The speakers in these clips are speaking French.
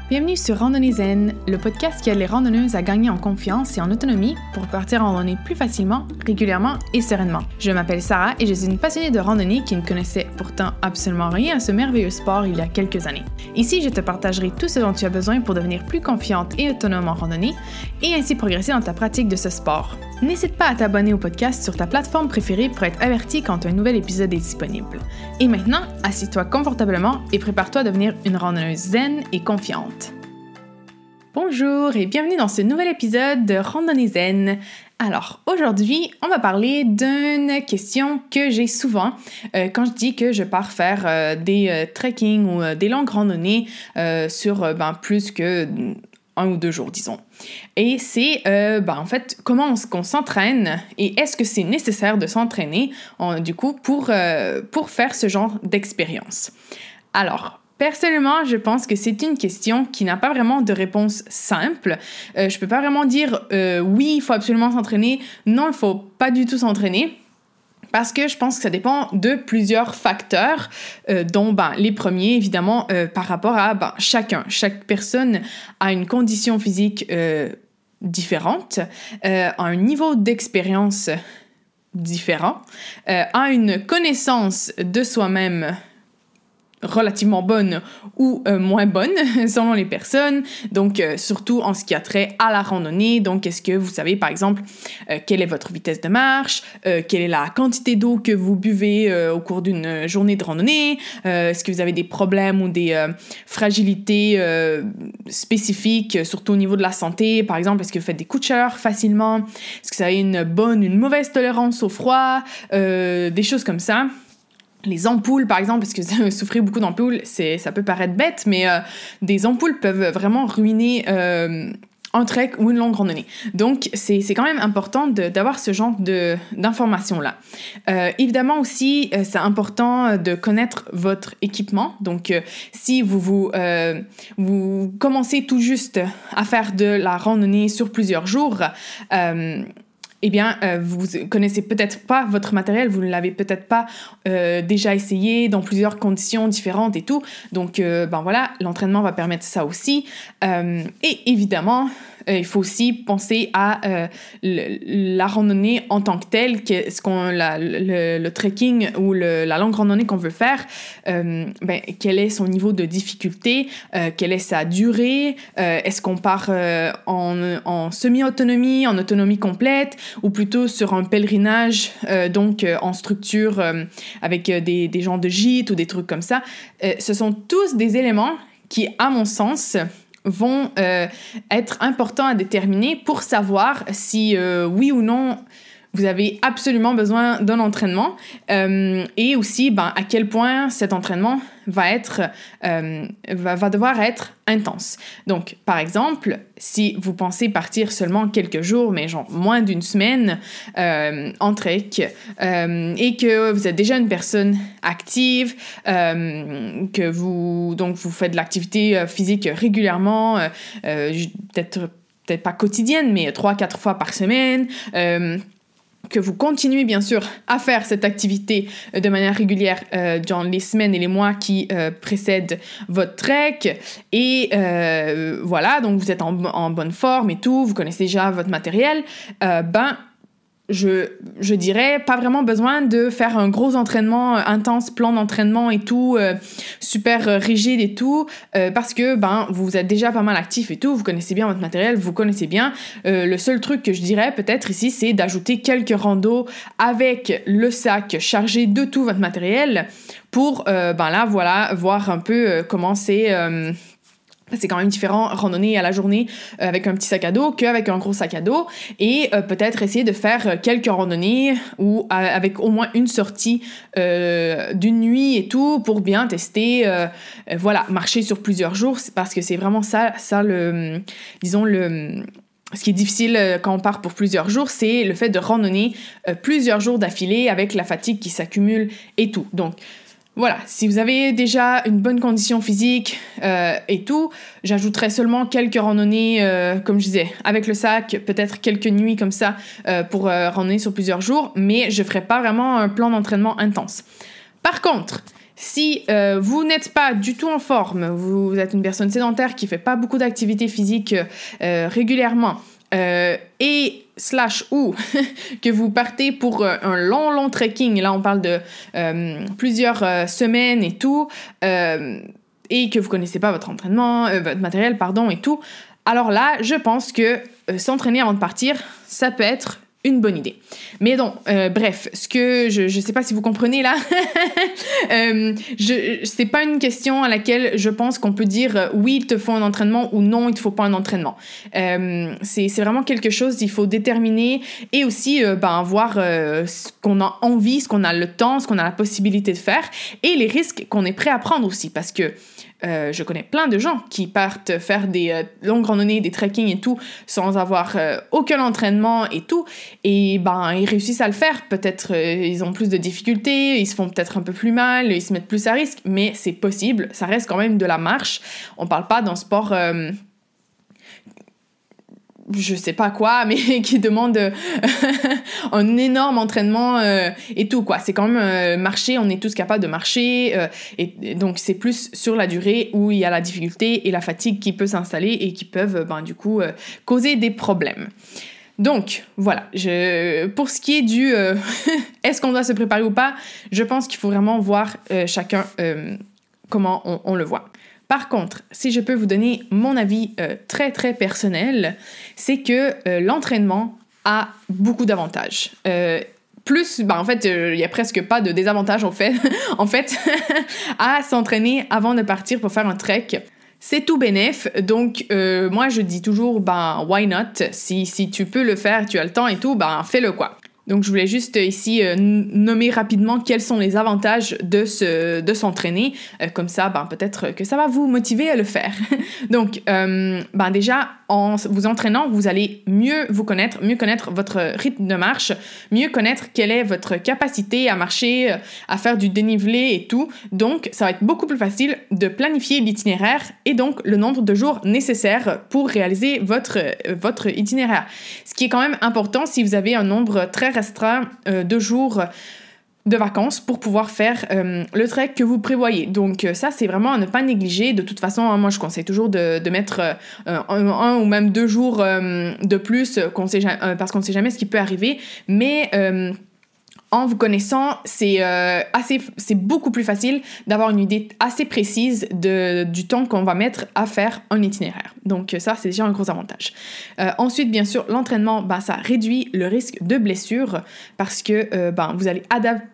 Bienvenue sur Randonnée Zen, le podcast qui aide les randonneuses à gagner en confiance et en autonomie pour partir en randonnée plus facilement, régulièrement et sereinement. Je m'appelle Sarah et je suis une passionnée de randonnée qui ne connaissait pourtant absolument rien à ce merveilleux sport il y a quelques années. Ici, je te partagerai tout ce dont tu as besoin pour devenir plus confiante et autonome en randonnée et ainsi progresser dans ta pratique de ce sport. N'hésite pas à t'abonner au podcast sur ta plateforme préférée pour être averti quand un nouvel épisode est disponible. Et maintenant, assieds-toi confortablement et prépare-toi à devenir une randonneuse zen et confiante. Bonjour et bienvenue dans ce nouvel épisode de Randonnée Zen. Alors, aujourd'hui, on va parler d'une question que j'ai souvent quand je dis que je pars faire des trekking ou des longues randonnées sur plus que 1 ou 2 jours, disons. Et c'est, en fait, comment on s'entraîne et est-ce que c'est nécessaire de s'entraîner, du coup, pour faire ce genre d'expérience. Alors, personnellement, je pense que c'est une question qui n'a pas vraiment de réponse simple. Je peux pas vraiment dire oui, il faut absolument s'entraîner, non, il faut pas du tout s'entraîner. Parce que je pense que ça dépend de plusieurs facteurs, dont les premiers, évidemment, par rapport à chacun. Chaque personne a une condition physique différente, a un niveau d'expérience différent, a une connaissance de soi-même relativement bonne ou moins bonne selon les personnes, donc surtout en ce qui a trait à la randonnée. Donc est-ce que vous savez par exemple quelle est votre vitesse de marche, quelle est la quantité d'eau que vous buvez au cours d'une journée de randonnée, est-ce que vous avez des problèmes ou des fragilités spécifiques, surtout au niveau de la santé, par exemple est-ce que vous faites des coups de chaleur facilement, est-ce que vous avez une bonne, une mauvaise tolérance au froid, des choses comme ça. Les ampoules, par exemple, parce que vous souffrez beaucoup d'ampoules, ça peut paraître bête, mais des ampoules peuvent vraiment ruiner un trek ou une longue randonnée. Donc, c'est quand même important d'avoir ce genre d'informations-là. Évidemment aussi, c'est important de connaître votre équipement. Donc, si vous commencez tout juste à faire de la randonnée sur plusieurs jours, vous connaissez peut-être pas votre matériel, vous ne l'avez peut-être pas déjà essayé dans plusieurs conditions différentes et tout. Donc, l'entraînement va permettre ça aussi. Et évidemment, il faut aussi penser à la randonnée en tant que telle, le trekking ou la longue randonnée qu'on veut faire, quel est son niveau de difficulté, quelle est sa durée, est-ce qu'on part en semi-autonomie, en autonomie complète, ou plutôt sur un pèlerinage, en structure avec des genres de gîtes ou des trucs comme ça. Ce sont tous des éléments qui, à mon sens, vont être importants à déterminer pour savoir si, oui ou non, vous avez absolument besoin d'un entraînement et aussi à quel point cet entraînement va devoir être intense. Donc, par exemple, si vous pensez partir seulement quelques jours, mais genre moins d'une semaine en trek et que vous êtes déjà une personne active, que vous faites de l'activité physique régulièrement, peut-être pas quotidienne, mais 3-4 fois par semaine, que vous continuez bien sûr à faire cette activité de manière régulière dans les semaines et les mois qui précèdent votre trek et donc vous êtes en bonne forme et tout, vous connaissez déjà votre matériel, je dirais pas vraiment besoin de faire un gros entraînement intense, plan d'entraînement et tout, super rigide et tout, parce que vous êtes déjà pas mal actif et tout, vous connaissez bien votre matériel, vous connaissez bien. Le seul truc que je dirais peut-être ici, c'est d'ajouter quelques randos avec le sac chargé de tout votre matériel pour voir un peu comment c'est quand même différent randonner à la journée avec un petit sac à dos qu'avec un gros sac à dos et peut-être essayer de faire quelques randonnées ou avec au moins une sortie d'une nuit et tout pour bien tester marcher sur plusieurs jours parce que c'est vraiment ça ce qui est difficile quand on part pour plusieurs jours, c'est le fait de randonner plusieurs jours d'affilée avec la fatigue qui s'accumule et tout. Donc voilà, si vous avez déjà une bonne condition physique et tout, j'ajouterais seulement quelques randonnées, comme je disais, avec le sac, peut-être quelques nuits comme ça pour randonner sur plusieurs jours, mais je ne ferai pas vraiment un plan d'entraînement intense. Par contre, Si vous n'êtes pas du tout en forme, vous êtes une personne sédentaire qui fait pas beaucoup d'activité physique régulièrement, ou que vous partez pour un long trekking, là on parle de plusieurs semaines et tout, et que vous connaissez pas votre matériel, et tout, alors là, je pense que s'entraîner avant de partir, ça peut être une bonne idée. Mais non, bref, ce que je sais pas si vous comprenez là, c'est pas une question à laquelle je pense qu'on peut dire oui, il te faut un entraînement ou non, il te faut pas un entraînement. C'est vraiment quelque chose qu'il faut déterminer et aussi voir ce qu'on a envie, ce qu'on a le temps, ce qu'on a la possibilité de faire et les risques qu'on est prêt à prendre aussi parce que je connais plein de gens qui partent faire des longues randonnées, des trekking et tout, sans avoir aucun entraînement et tout, et ils réussissent à le faire. Peut-être ils ont plus de difficultés, ils se font peut-être un peu plus mal, ils se mettent plus à risque, mais c'est possible, ça reste quand même de la marche. On parle pas d'un sport... je sais pas quoi, mais qui demande un énorme entraînement et tout, quoi. C'est quand même marcher, on est tous capables de marcher, et donc c'est plus sur la durée où il y a la difficulté et la fatigue qui peut s'installer et qui peuvent, causer des problèmes. Donc, voilà, pour ce qui est du est-ce qu'on doit se préparer ou pas, je pense qu'il faut vraiment voir chacun comment on le voit. Par contre, si je peux vous donner mon avis très très personnel, c'est que l'entraînement a beaucoup d'avantages. Il y a presque pas de désavantages en fait à s'entraîner avant de partir pour faire un trek. C'est tout bénef, donc moi je dis toujours why not, si tu peux le faire, tu as le temps et tout, fais-le quoi. Donc, je voulais juste ici nommer rapidement quels sont les avantages de s'entraîner. Comme ça, peut-être que ça va vous motiver à le faire. Donc, déjà, en vous entraînant, vous allez mieux connaître votre rythme de marche, mieux connaître quelle est votre capacité à marcher, à faire du dénivelé et tout. Donc, ça va être beaucoup plus facile de planifier l'itinéraire et donc le nombre de jours nécessaires pour réaliser votre itinéraire. Ce qui est quand même important si vous avez un nombre très restreint de jours de vacances pour pouvoir faire le trek que vous prévoyez. Donc ça, c'est vraiment à ne pas négliger. De toute façon, moi, je conseille toujours de mettre un ou même 2 jours de plus parce qu'on ne sait jamais ce qui peut arriver. Mais en vous connaissant, c'est beaucoup plus facile d'avoir une idée assez précise du temps qu'on va mettre à faire un itinéraire. Donc ça, c'est déjà un gros avantage. Ensuite, bien sûr, l'entraînement, ça réduit le risque de blessure parce que vous allez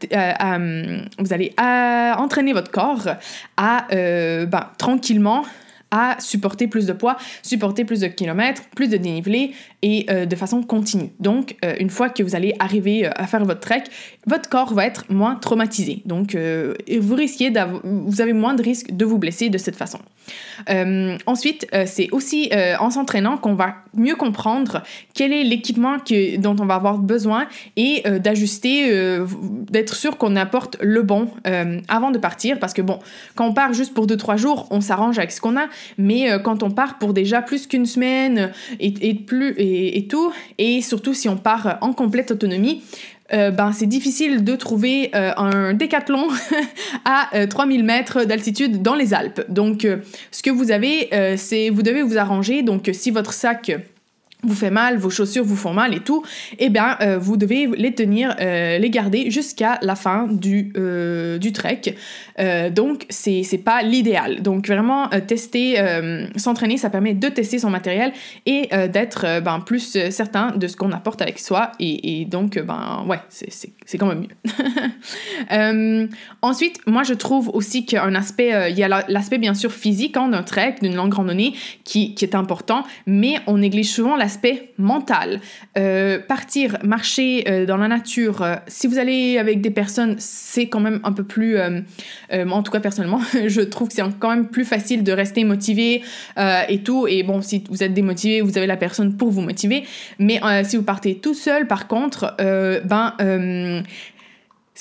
entraîner votre corps à tranquillement à supporter plus de poids, supporter plus de kilomètres, plus de dénivelé et de façon continue. Donc, une fois que vous allez arriver à faire votre trek, votre corps va être moins traumatisé. Donc, vous avez moins de risques de vous blesser de cette façon. Ensuite, c'est aussi en s'entraînant qu'on va mieux comprendre quel est l'équipement dont on va avoir besoin et d'ajuster, d'être sûr qu'on apporte le bon avant de partir. Parce que quand on part juste pour 2-3 jours, on s'arrange avec ce qu'on a. Mais quand on part pour déjà plus qu'une semaine et tout, et surtout si on part en complète autonomie, c'est difficile de trouver un décathlon à 3000 mètres d'altitude dans les Alpes. Donc, ce que vous avez, c'est vous devez vous arranger. Donc, si votre sac vous fait mal, vos chaussures vous font mal et tout, vous devez les garder jusqu'à la fin du trek. Donc, c'est pas l'idéal. Donc, vraiment, s'entraîner, ça permet de tester son matériel et d'être plus certain de ce qu'on apporte avec soi. Et donc, c'est quand même mieux. Ensuite, moi, je trouve aussi qu'un aspect, il y a l'aspect, bien sûr, physique d'un trek, d'une longue randonnée qui est important, mais on néglige souvent l'aspect mental. Partir, marcher dans la nature, si vous allez avec des personnes, c'est quand même un peu plus... en tout cas, personnellement, je trouve que c'est quand même plus facile de rester motivé et tout. Et si vous êtes démotivé, vous avez la personne pour vous motiver. Mais si vous partez tout seul, par contre,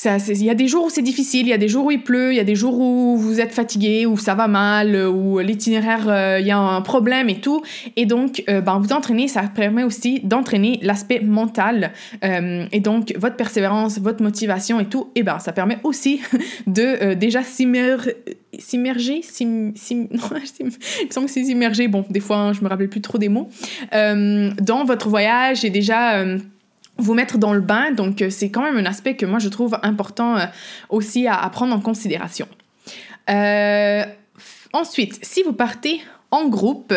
il y a des jours où c'est difficile, il y a des jours où il pleut, il y a des jours où vous êtes fatigué, où ça va mal, où l'itinéraire, il y a un problème et tout. Et donc, vous entraîner, ça permet aussi d'entraîner l'aspect mental. Et donc, votre persévérance, votre motivation et tout, ça permet aussi de déjà s'immerger. Il me semble que c'est s'immerger. Bon, des fois, je me rappelle plus trop des mots. Dans votre voyage et déjà... vous mettre dans le bain, donc c'est quand même un aspect que moi je trouve important aussi à prendre en considération. Ensuite, si vous partez en groupe,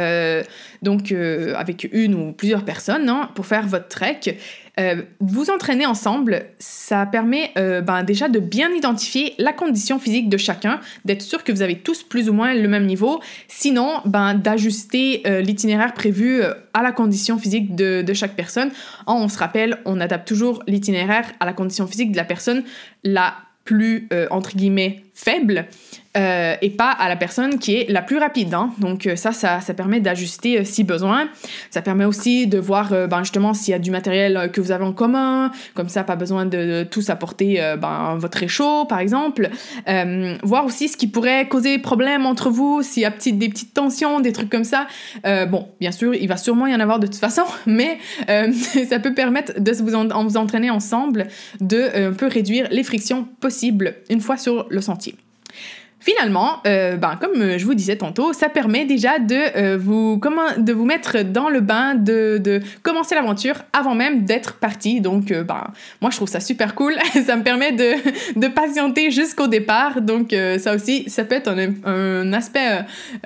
avec une ou plusieurs personnes, pour faire votre trek, vous entraîner ensemble, ça permet déjà de bien identifier la condition physique de chacun, d'être sûr que vous avez tous plus ou moins le même niveau, sinon d'ajuster l'itinéraire prévu à la condition physique de chaque personne. On se rappelle, on adapte toujours l'itinéraire à la condition physique de la personne la plus, entre guillemets, faible, et pas à la personne qui est la plus rapide. Donc ça permet d'ajuster si besoin. Ça permet aussi de voir justement s'il y a du matériel que vous avez en commun, comme ça pas besoin de tous apporter votre réchaud par exemple. Voir aussi ce qui pourrait causer problème entre vous, s'il y a des petites tensions, des trucs comme ça. Bien sûr, il va sûrement y en avoir de toute façon, mais ça peut permettre de vous entraîner ensemble de un peu réduire les frictions possibles une fois sur le sentier. Finalement, comme je vous disais tantôt, ça permet déjà de vous mettre dans le bain, de commencer l'aventure avant même d'être parti. Donc, moi, je trouve ça super cool. Ça me permet de patienter jusqu'au départ. Donc, ça aussi, ça peut être un aspect...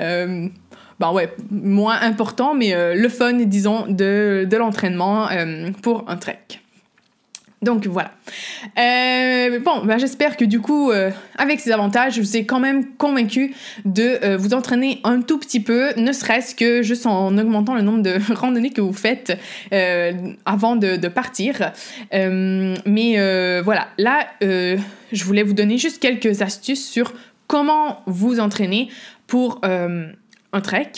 moins important, mais le fun, disons, de l'entraînement pour un trek. Donc voilà. J'espère que du coup, avec ces avantages, je vous ai quand même convaincu de vous entraîner un tout petit peu, ne serait-ce que juste en augmentant le nombre de randonnées que vous faites avant de partir. Voilà, là, je voulais vous donner juste quelques astuces sur comment vous entraîner pour un trek.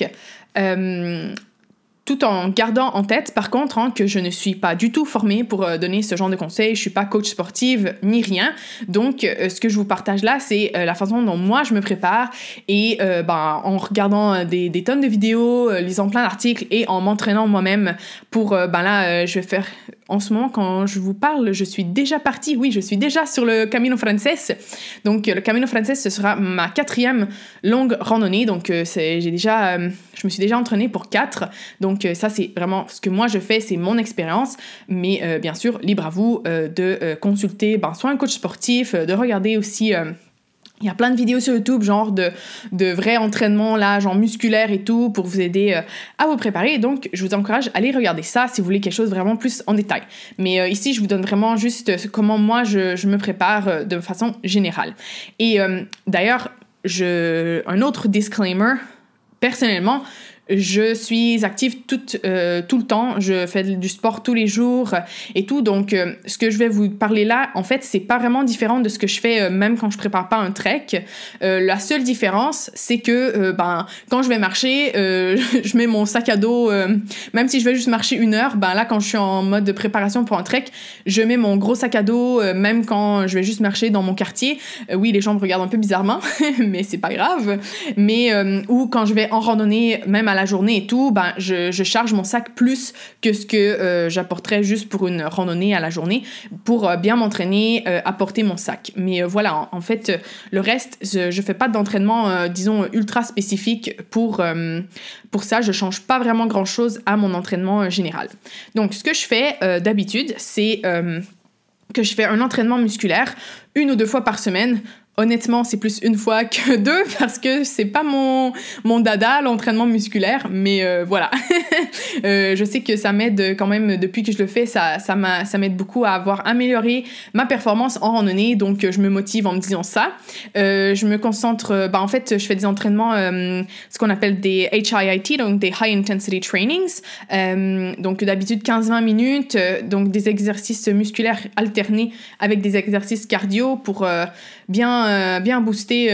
Tout en gardant en tête, par contre, que je ne suis pas du tout formée pour donner ce genre de conseils. Je suis pas coach sportive ni rien. Donc, ce que je vous partage là, c'est la façon dont moi, je me prépare et en regardant des tonnes de vidéos, lisant plein d'articles et en m'entraînant moi-même pour, je vais faire... En ce moment, quand je vous parle, je suis déjà partie. Oui, je suis déjà sur le Camino Frances. Donc, le Camino Frances, ce sera ma 4e longue randonnée. Donc, je me suis déjà entraînée pour 4. Donc, ça, c'est vraiment ce que moi, je fais. C'est mon expérience. Mais, bien sûr, libre à vous de consulter soit un coach sportif, de regarder aussi... Il y a plein de vidéos sur YouTube, genre de vrais entraînements, là, genre musculaires et tout, pour vous aider à vous préparer. Donc, je vous encourage à aller regarder ça si vous voulez quelque chose vraiment plus en détail. Mais ici, je vous donne vraiment juste comment moi, je me prépare de façon générale. Et d'ailleurs, un autre disclaimer, personnellement, je suis active tout le temps, je fais du sport tous les jours et tout, donc ce que je vais vous parler là, en fait, c'est pas vraiment différent de ce que je fais même quand je prépare pas un trek. La seule différence, c'est que quand je vais marcher, je mets mon sac à dos, même si je vais juste marcher 1 heure, là, quand je suis en mode de préparation pour un trek, je mets mon gros sac à dos, même quand je vais juste marcher dans mon quartier. Oui, les gens me regardent un peu bizarrement, mais c'est pas grave. Mais, ou quand je vais en randonnée, même à la journée et tout, je charge mon sac plus que ce que j'apporterais juste pour une randonnée à la journée pour bien m'entraîner à porter mon sac. Mais voilà, en fait, le reste, je fais pas d'entraînement, disons, ultra spécifique pour ça. Je change pas vraiment grand-chose à mon entraînement général. Donc, ce que je fais d'habitude, c'est que je fais un entraînement musculaire 1 ou 2 fois par semaine. Honnêtement, c'est plus 1 fois que 2 parce que c'est pas mon dada, l'entraînement musculaire, mais voilà. Je sais que ça m'aide quand même, depuis que je le fais, ça m'aide beaucoup à avoir amélioré ma performance en randonnée, donc je me motive en me disant ça. Je me concentre, en fait, je fais des entraînements, ce qu'on appelle des HIIT, donc des High Intensity Trainings, donc d'habitude 15-20 minutes, donc des exercices musculaires alternés avec des exercices cardio pour bien bien booster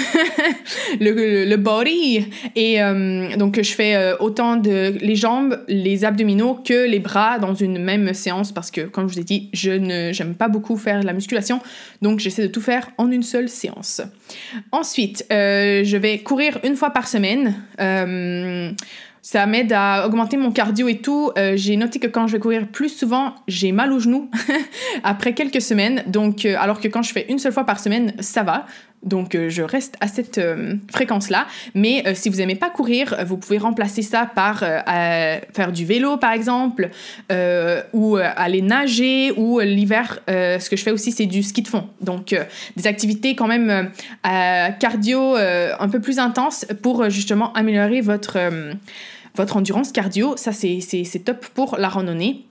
le body. Et donc, je fais autant les jambes, les abdominaux que les bras dans une même séance parce que, comme je vous ai dit, j'aime pas beaucoup faire la musculation. Donc, j'essaie de tout faire en une seule séance. Ensuite, je vais courir 1 fois par semaine. Ça m'aide à augmenter mon cardio et tout. J'ai noté que quand je vais courir plus souvent, j'ai mal aux genoux après quelques semaines. Donc, alors que quand je fais 1 seule fois par semaine, ça va. Donc, je reste à cette fréquence-là. Mais si vous n'aimez pas courir, vous pouvez remplacer ça par faire du vélo, par exemple, ou aller nager, ou l'hiver, ce que je fais aussi, c'est du ski de fond. Donc, des activités quand même cardio un peu plus intenses pour justement améliorer votre endurance cardio. Ça, c'est top pour la randonnée.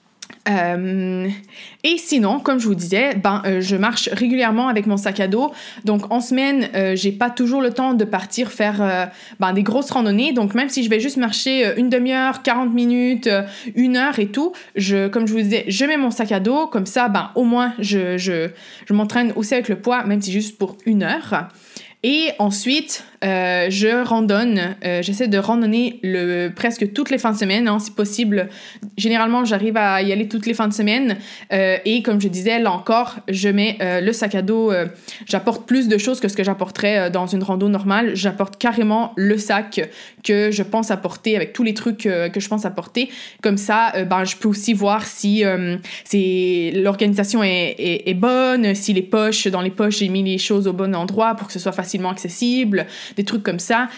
Et sinon, comme je vous disais, je marche régulièrement avec mon sac à dos. Donc, en semaine, j'ai pas toujours le temps de partir faire des grosses randonnées. Donc, même si je vais juste marcher 1 demi-heure, 40 minutes, 1 heure et tout, comme je vous disais, je mets mon sac à dos. Comme ça, au moins, je m'entraîne aussi avec le poids, même si juste pour 1 heure. Et ensuite, je randonne. J'essaie de randonner presque toutes les fins de semaine, si possible. Généralement, j'arrive à y aller toutes les fins de semaine. Et comme je disais, là encore, je mets le sac à dos. J'apporte plus de choses que ce que j'apporterais dans une rando normale. J'apporte carrément le sac que je pense apporter avec tous les trucs que je pense apporter. Comme ça, je peux aussi voir si l'organisation est bonne, si dans les poches, j'ai mis les choses au bon endroit pour que ce soit facilement accessible. Des trucs comme ça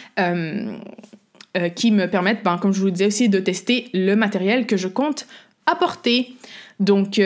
qui me permettent, comme je vous le disais aussi, de tester le matériel que je compte apporter. Donc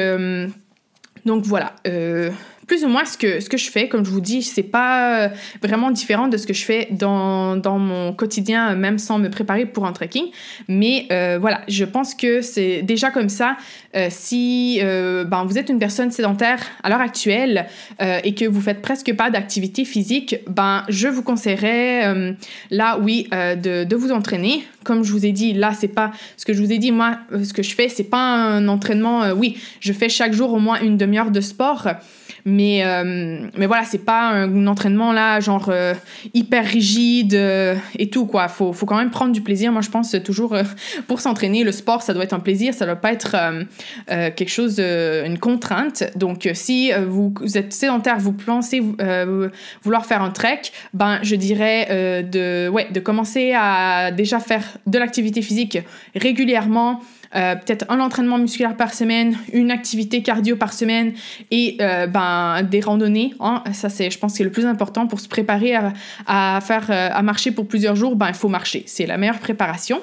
voilà, plus ou moins ce que je fais, comme je vous dis, c'est pas vraiment différent de ce que je fais dans mon quotidien, même sans me préparer pour un trekking. Mais voilà, je pense que c'est déjà comme ça. Si vous êtes une personne sédentaire à l'heure actuelle et que vous faites presque pas d'activité physique, je vous conseillerais là, oui, de vous entraîner. Comme je vous ai dit, là, c'est pas ce que je vous ai dit. Moi, ce que je fais, c'est pas un entraînement. Oui, je fais chaque jour au moins 1 demi-heure de sport. Mais voilà, c'est pas un entraînement là, genre hyper rigide et tout, quoi. Faut quand même prendre du plaisir. Moi, je pense toujours pour s'entraîner, le sport, ça doit être un plaisir, ça doit pas être quelque chose, une contrainte. Donc, si vous êtes sédentaire, vous pensez vouloir faire un trek, je dirais de commencer à déjà faire de l'activité physique régulièrement. Peut-être un entraînement musculaire par semaine, une activité cardio par semaine et des randonnées. Ça, je pense que c'est le plus important pour se préparer à marcher pour plusieurs jours. Il faut marcher. C'est la meilleure préparation.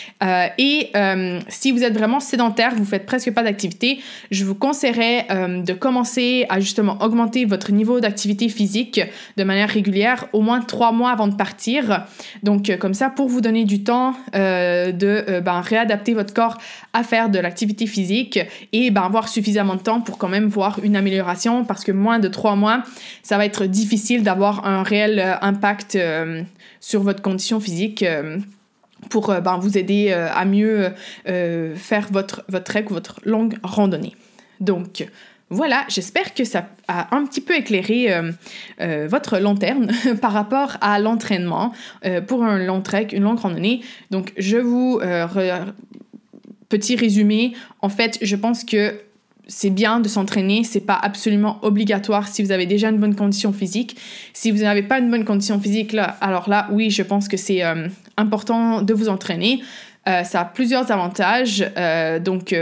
Si vous êtes vraiment sédentaire, vous faites presque pas d'activité, je vous conseillerais de commencer à justement augmenter votre niveau d'activité physique de manière régulière, au moins 3 mois avant de partir. Donc, comme ça, pour vous donner du temps de réadapter votre corps à faire de l'activité physique et avoir suffisamment de temps pour quand même voir une amélioration, parce que moins de 3 mois, ça va être difficile d'avoir un réel impact sur votre condition physique pour vous aider à mieux faire votre trek ou votre longue randonnée. Donc, voilà, j'espère que ça a un petit peu éclairé votre long terme par rapport à l'entraînement pour un long trek, une longue randonnée. Donc, je vous... petit résumé, en fait, je pense que c'est bien de s'entraîner, c'est pas absolument obligatoire si vous avez déjà une bonne condition physique. Si vous n'avez pas une bonne condition physique, alors là, oui, je pense que c'est important de vous entraîner. Ça a plusieurs avantages, donc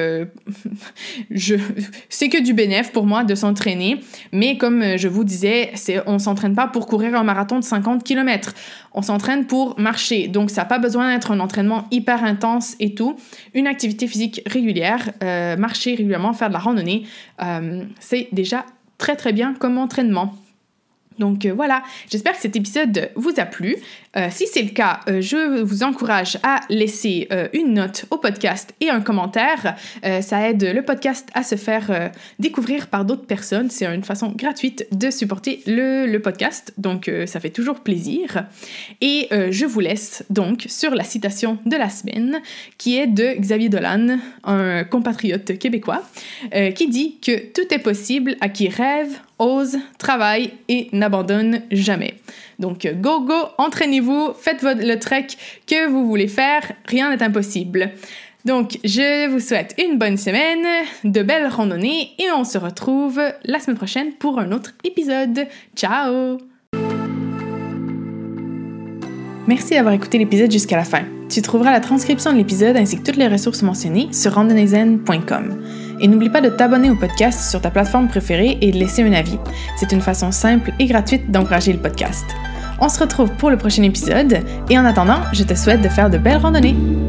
c'est que du bénéfice pour moi de s'entraîner, mais comme je vous disais, on s'entraîne pas pour courir un marathon de 50 km, on s'entraîne pour marcher, donc ça n'a pas besoin d'être un entraînement hyper intense et tout. Une activité physique régulière, marcher régulièrement, faire de la randonnée, c'est déjà très très bien comme entraînement. Donc voilà, j'espère que cet épisode vous a plu. Si c'est le cas, je vous encourage à laisser une note au podcast et un commentaire. Ça aide le podcast à se faire découvrir par d'autres personnes. C'est une façon gratuite de supporter le podcast, donc ça fait toujours plaisir. Et je vous laisse donc sur la citation de la semaine, qui est de Xavier Dolan, un compatriote québécois, qui dit que tout est possible à qui rêve ose, travaille et n'abandonne jamais. Donc go, entraînez-vous, faites le trek que vous voulez faire, rien n'est impossible. Donc je vous souhaite une bonne semaine, de belles randonnées et on se retrouve la semaine prochaine pour un autre épisode. Ciao! Merci d'avoir écouté l'épisode jusqu'à la fin. Tu trouveras la transcription de l'épisode ainsi que toutes les ressources mentionnées sur randonneyzen.com. Et n'oublie pas de t'abonner au podcast sur ta plateforme préférée et de laisser un avis. C'est une façon simple et gratuite d'encourager le podcast. On se retrouve pour le prochain épisode et en attendant, je te souhaite de faire de belles randonnées.